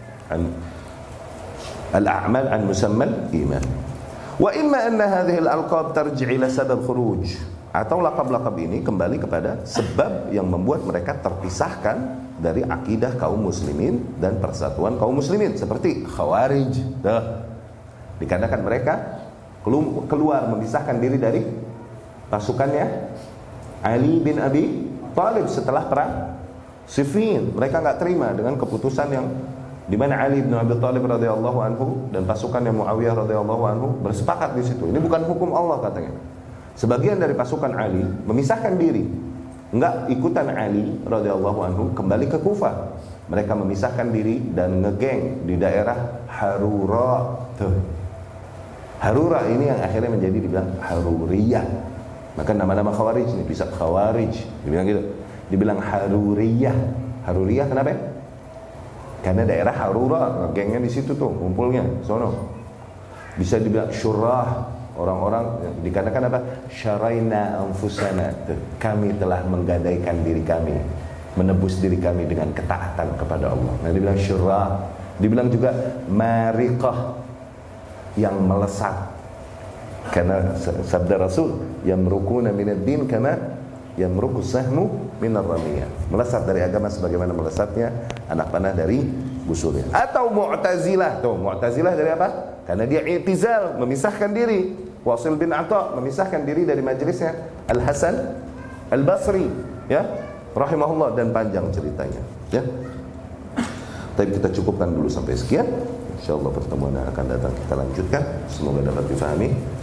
al-a'mal an musammal iman. Wa imma anna hadhihi al-alqab tarji' ila sabab khuruj, atau lakab-lakab ini kembali kepada sebab yang membuat mereka terpisahkan dari akidah kaum muslimin dan persatuan kaum muslimin, seperti Khawarij. Dikarenakan mereka keluar memisahkan diri dari pasukannya Ali bin Abi Thalib setelah perang Siffin. Mereka enggak terima dengan keputusan yang di mana Ali bin Abi Thalib radhiyallahu anhu dan pasukannya Muawiyah radhiyallahu anhu bersepakat di situ. Ini bukan hukum Allah katanya. Sebagian dari pasukan Ali memisahkan diri, enggak ikutan Ali radhiyallahu anhu, kembali ke Kufah. Mereka memisahkan diri dan ngegeng di daerah Harura. Harura ini yang akhirnya menjadi dibilang Haruriyah. Maka nama-nama Khawarij ini bisa Khawarij, dibilang gitu. Dibilang Haruriyah. Haruriyah kenapa? Karena daerah Harura, gengnya di situ tuh, kumpulnya, sono. Bisa dibilang syurah, orang-orang dikatakan apa? Syaraina anfusana, kami telah menggadaikan diri kami, menebus diri kami dengan ketaatan kepada Allah. Nah, dibilang syurah, dibilang juga mariqah, yang melesat. Karena sabda Rasul, yamrukuna minad din kama yamruku sahmu minar ramiyah, melesat dari agama sebagaimana melesatnya anak panah dari busurnya. Atau Mu'tazilah. Tuh, Mu'tazilah dari apa? Karena dia i'tizal, memisahkan diri. Wasil bin Atha memisahkan diri dari majelisnya Al-Hasan Al-Basri, ya, rahimahullah, dan panjang ceritanya, ya. Tapi kita cukupkan dulu sampai sekian. Insyaallah pertemuan yang akan datang kita lanjutkan. Semoga dapat difahami.